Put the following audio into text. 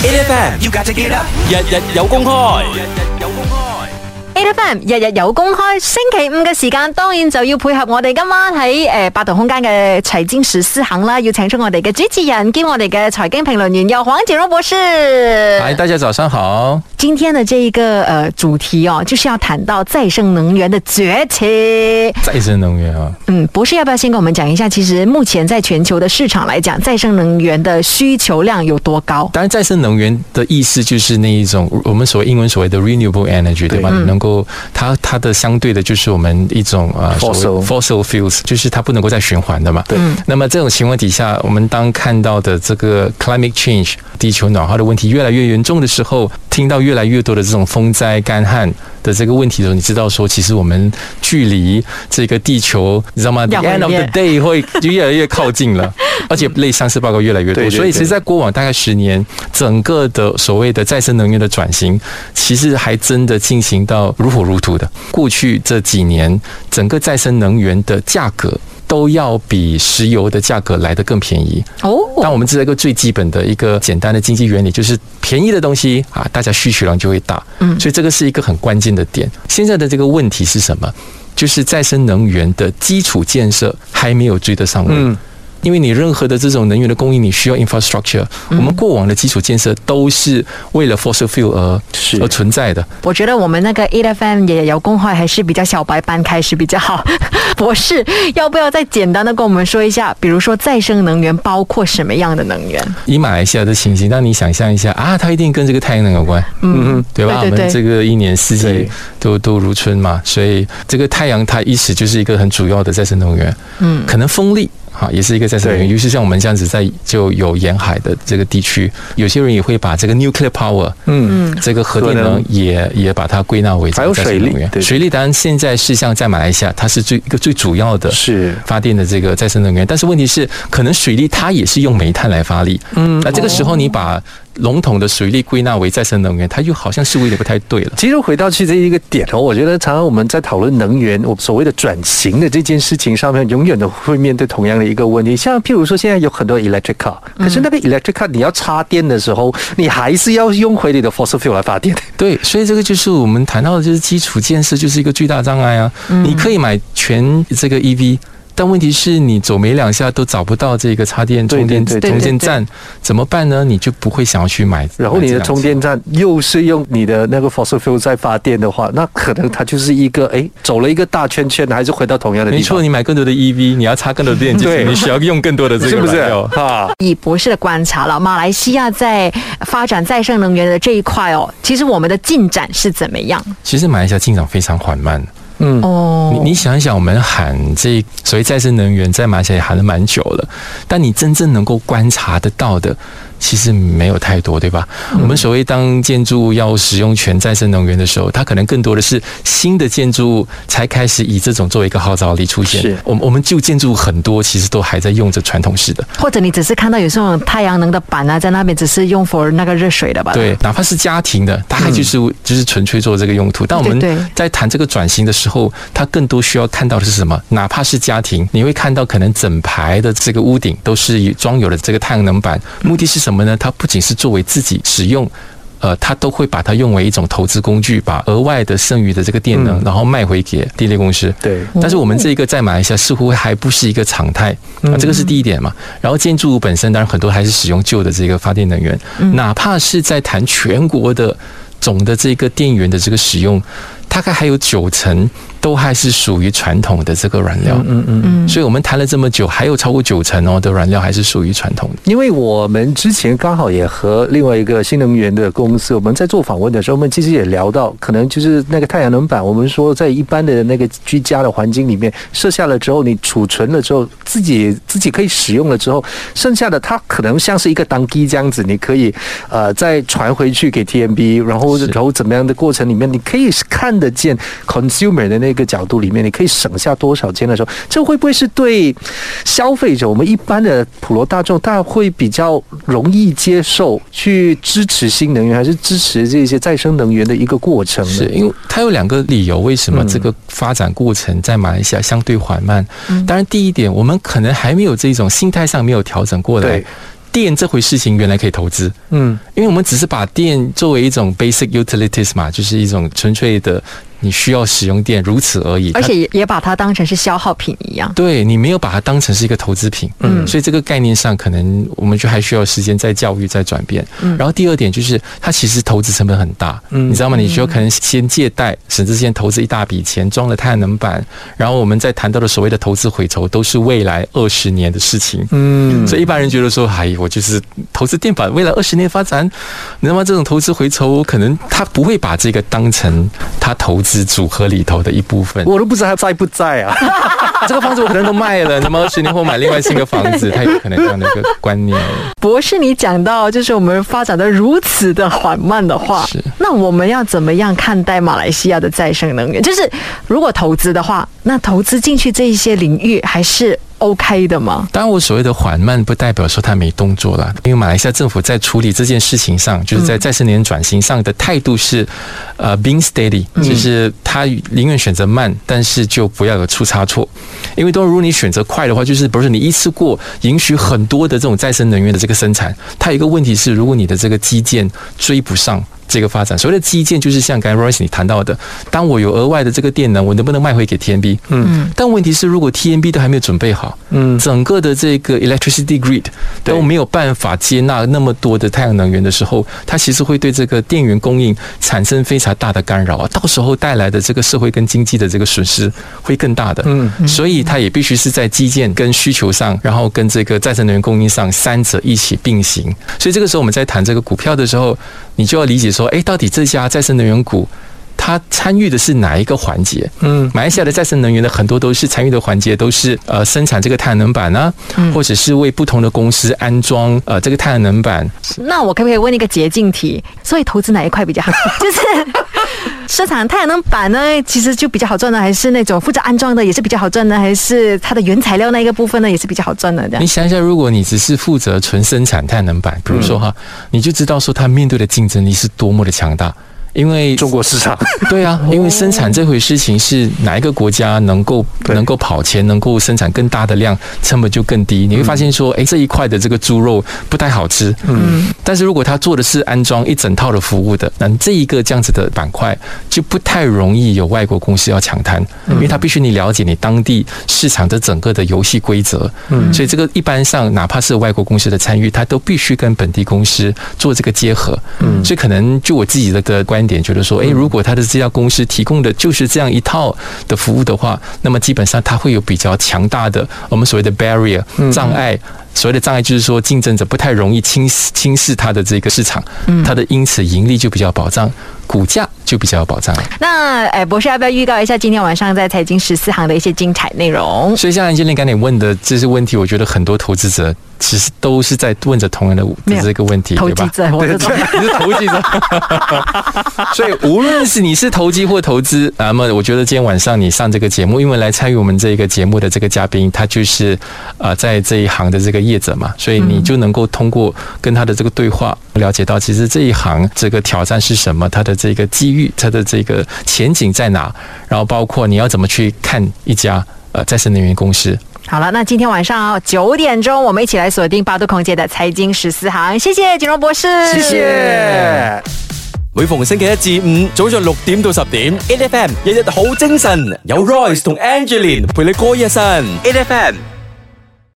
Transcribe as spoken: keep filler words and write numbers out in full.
A F M you got to get up， 日日有公開，日日有公開。 A F M 日日有公開，星期五嘅時間當然就要配合我哋今晚喺誒八度空間嘅財經十四行啦，要請出我哋嘅主持人兼我哋嘅財經評論員有黃錦榮博士。 嗨，大家早上好。 今天的這一個呃主題哦，就是要談到再生能源的崛起。 再生能源啊， 嗯，博士要不要先跟我們講一下，其實目前在全球的市場來講，再生能源的需求量有多高？ 當然，再生能源的意思就是那一種我們所謂英文所謂的 renewable energy， 對吧？嗯、能夠它它的相對的就是我們一種呃 fossil fossil fuels， 就是它不能夠再循環的嘛。對。嗯、那麼這種情況底下，我們當看到的這個 climate change 地球暖化的問題越來越嚴重的時候，聽到越來越多的這種風災乾旱的這個問題的時候，你知道說其實我們距離這個地球你知道嗎 The end of the day 會就越來越靠近了，而且類上市報告越來越多。所以其實在過往大概十年，整個的所謂的再生能源的轉型其實還真的進行到如火如荼的。過去這幾年整個再生能源的價格都要比石油的價格來得更便宜哦。但我們知道一個最基本的一個簡單的經濟原理，就是便宜的東西啊，大家需求量就會大。嗯，所以這個是一個很關鍵的點。現在的這個問題是什麼？就是再生能源的基礎建設還沒有追得上位。嗯。因為你任何的這種能源的供應，你需要 infrastructure。我們過往的基礎建設都是為了 fossil fuel 而而存在的。 我覺得我們那個 A F M 也有公開，還是比較小白班開始比較好。博士，要不要再簡單的跟我們說一下，比如說再生能源包括什麼樣的能源？ 以馬來西亞的情形，讓你想象一下啊，它一定跟這個太陽能有關，嗯嗯，對吧？對對對，我們這個一年四季都都如春嘛，所以這個太陽它一時就是一個很主要的再生能源。嗯，可能風力。好，也是一個再生能源。尤其像我們這樣子在就有沿海的這個地區，有些人也會把這個 nuclear power， 嗯，這個核電能也也把它歸納為這個再生能源。對對，水力當然現在是像在馬來西亞，它是最一個最主要的是發電的這個再生能源。但是問題是，可能水力它也是用煤炭來發力。嗯，那這個時候你把籠統的水力歸納為再生能源，它又好像是有點不太對了。 其實回到去這一個點哦，我覺得常常我們在討論能源，我所謂的轉型的這件事情上面，永遠都會面對同樣的一個問題。像譬如說，現在有很多 electric car， 可是那個 electric car 你要插電的時候，你還是要用回你的 fossil fuel 來發電。 對，所以這個就是我們談到的，就是基礎建設就是一個巨大障礙啊。嗯、你可以買全這個 E V。但問題是你走沒兩下都找不到這個插電充電充電站，怎麼辦呢？你就不會想要去買。 然後你的充電站又是用你的那個 fossil fuel 在發電的話，那可能它就是一個誒走了一個大圈圈，還是回到同樣的地方。 沒錯，你買更多的 E V， 你要插更多的電機，你需要用更多的這個燃料。 是不是啊？ 以博士的觀察了，馬來西亞在發展再生能源的這一塊哦，其實我們的進展是怎麼樣？ 其實馬來西亞進展非常緩慢。 嗯哦， 你你想一想，我們喊這所謂再生能源在馬來西亞也喊了蠻久了，但你真正能夠觀察得到的，其實沒有太多，對吧？嗯、我們所謂當建築物要使用全再生能源的時候，它可能更多的是新的建築物才開始以這種作為一個號召力出現。是，我們我們舊建築物很多其實都還在用着傳統式的， 或者你只是看到有這種太陽能的板啊，在那邊只是用 for 那個熱水的吧？ 對，哪怕是家庭的，大概就是、嗯、就是純粹做這個用途。但我們在談這個轉型的時候，它更多需要看到的是什麼？哪怕是家庭，你會看到可能整排的這個屋頂都是裝有了這個太陽能板，目的是什麼呢？它不僅是作為自己使用，呃，它都會把它用為一種投資工具，把額外的剩餘的這個電能，然後賣回給電力公司。對，但是我們這個在馬來西亞似乎還不是一個常態，啊，這個是第一點嘛。然後建築物本身當然很多還是使用舊的這個發電能源，哪怕是在談全國的總的這個電源的這個使用，大概還有九成都還是屬於傳統的這個燃料。嗯嗯嗯。所以我們談了這麼久，還有超過九成哦的燃料還是屬於傳統的。 因為我們之前剛好也和另外一個新能源的公司，我們在做訪問的時候，我們其實也聊到，可能就是那個太陽能板，我們說在一般的那個居家的環境裡面設下了之後，你儲存了之後，自己自己可以使用了之後，剩下的它可能像是一個當機這樣子，你可以呃再傳回去給 T M B， 然後然後怎麼樣的過程裡面，你可以看得見 consumer 的那個角度裡面，你可以省下多少錢的時候，這會不會是對消費者，我們一般的普羅大眾，大家會比較容易接受去支持新能源，還是支持這些再生能源的一個過程呢？ 是因為它有兩個理由，為什麼這個發展過程在馬來西亞相對緩慢？當然，第一點，我們可能還沒有這種心態上沒有調整過來。 电这回事情原来可以投资，嗯，因为我们只是把电作为一种 basic utilities 嘛，就是一种纯粹的你需要使用电，如此而已。 而且也把它当成是消耗品一样。 对，你没有把它当成是一个投资品，嗯，所以这个概念上可能我们就还需要时间再教育、再转变。嗯，然后第二点就是它其实投资成本很大，嗯，你知道吗？你需要可能先借贷，甚至先投资一大笔钱装了太阳能板，然后我们在谈到的所谓的投资回酬都是未来二十年的事情，嗯，所以一般人觉得说，哎，我就是投资电板，未来二十年发展，你知道吗？这种投资回酬可能他不会把这个当成他投资组合里头的一部分。 我都不知道他在不在啊。 这个房子我可能都卖了，那么二十年后买另外新的房子，他有可能这样的一个观念。 博士，你讲到就是我们发展的如此的缓慢的话，那我们要怎么样看待马来西亚的再生能源？就是如果投资的话，那投资进去这一些领域还是OK 的吗？ 当然，我所谓的缓慢不代表说他没动作啦，因为马来西亚政府在处理这件事情上，就是在再生能源转型上的态度是，呃 ，being steady， 就是他宁愿选择慢，但是就不要有出差错。因为如果你选择快的话，就是不是你一次过允许很多的这种再生能源的这个生产，它有一个问题是，如果你的这个基建追不上这个发展，所谓的基建就是像刚才 Royce 你谈到的，当我有额外的这个电能，我能不能卖回给 T N B？ 嗯，但问题是，如果 T N B 都还没有准备好，嗯，整个的这个 electricity grid 都没有办法接纳那么多的太阳能源的时候，它其实会对这个电源供应产生非常大的干扰啊，到时候带来的这个社会跟经济的这个损失会更大的。嗯，所以它也必须是在基建跟需求上，然后跟这个再生能源供应上三者一起并行。所以这个时候我们在谈这个股票的时候，你就要理解说，哎，到底这家再生能源股它参与的是哪一个环节？嗯，马来西亚的再生能源的很多都是参与的环节，都是呃生产这个太阳能板啊，嗯、或者是为不同的公司安装呃这个太阳能板。 那我可不可以问一个捷径题？所以投资哪一块比较好？就是生产太阳能板呢，其实就比较好赚呢，还是那种负责安装的也是比较好赚呢，还是它的原材料那一个部分呢也是比较好赚的？ 你想一下，如果你只是负责纯生产太阳能板，比如说哈，嗯、你就知道说它面对的竞争力是多么的强大。因为中国市场， 对啊，因为生产这回事情是哪一个国家能够能够跑前，能够生产更大的量，成本就更低。你会发现说，哎，这一块的这个猪肉不太好吃，嗯，但是如果他做的是安装一整套的服务的，那这一个这样子的板块就不太容易有外国公司要抢滩，因为他必须你了解你当地市场的整个的游戏规则，嗯，所以这个一般上哪怕是外国公司的参与，他都必须跟本地公司做这个结合，嗯，所以可能就我自己的的观点觉得说，哎，如果他的这家公司提供的就是这样一套的服务的话，那么基本上它会有比较强大的我们所谓的 barrier 障碍。所谓的障碍就是说，竞争者不太容易轻轻视它的这个市场，它的因此盈利就比较保障，股价就比较有保障。 那哎，博士要不要预告一下今天晚上在财经十四行的一些精彩内容？ 所以像今天刚才你问的这些问题，我觉得很多投资者其实都是在问着同样的这个问题， 投机者， 对吧？对，你是投机者。所以无论是你是投机或投资，那么我觉得今天晚上你上这个节目，因为来参与我们这个节目的这个嘉宾，他就是呃在这一行的这个业者嘛，所以你就能够通过跟他的这个对话，了解到其实这一行这个挑战是什么，它的这个机遇，它的这个前景在哪，然后包括你要怎么去看一家呃再生能源公司。 好了，那今天晚上九点钟，我们一起来锁定八度空间的财经十四行。谢谢锦荣博士， 谢谢。 每逢星期一至五早上六點到十點 ，A F M 日日好精神，有 Royce 同 Angeline 陪你過一晨 ，A F M。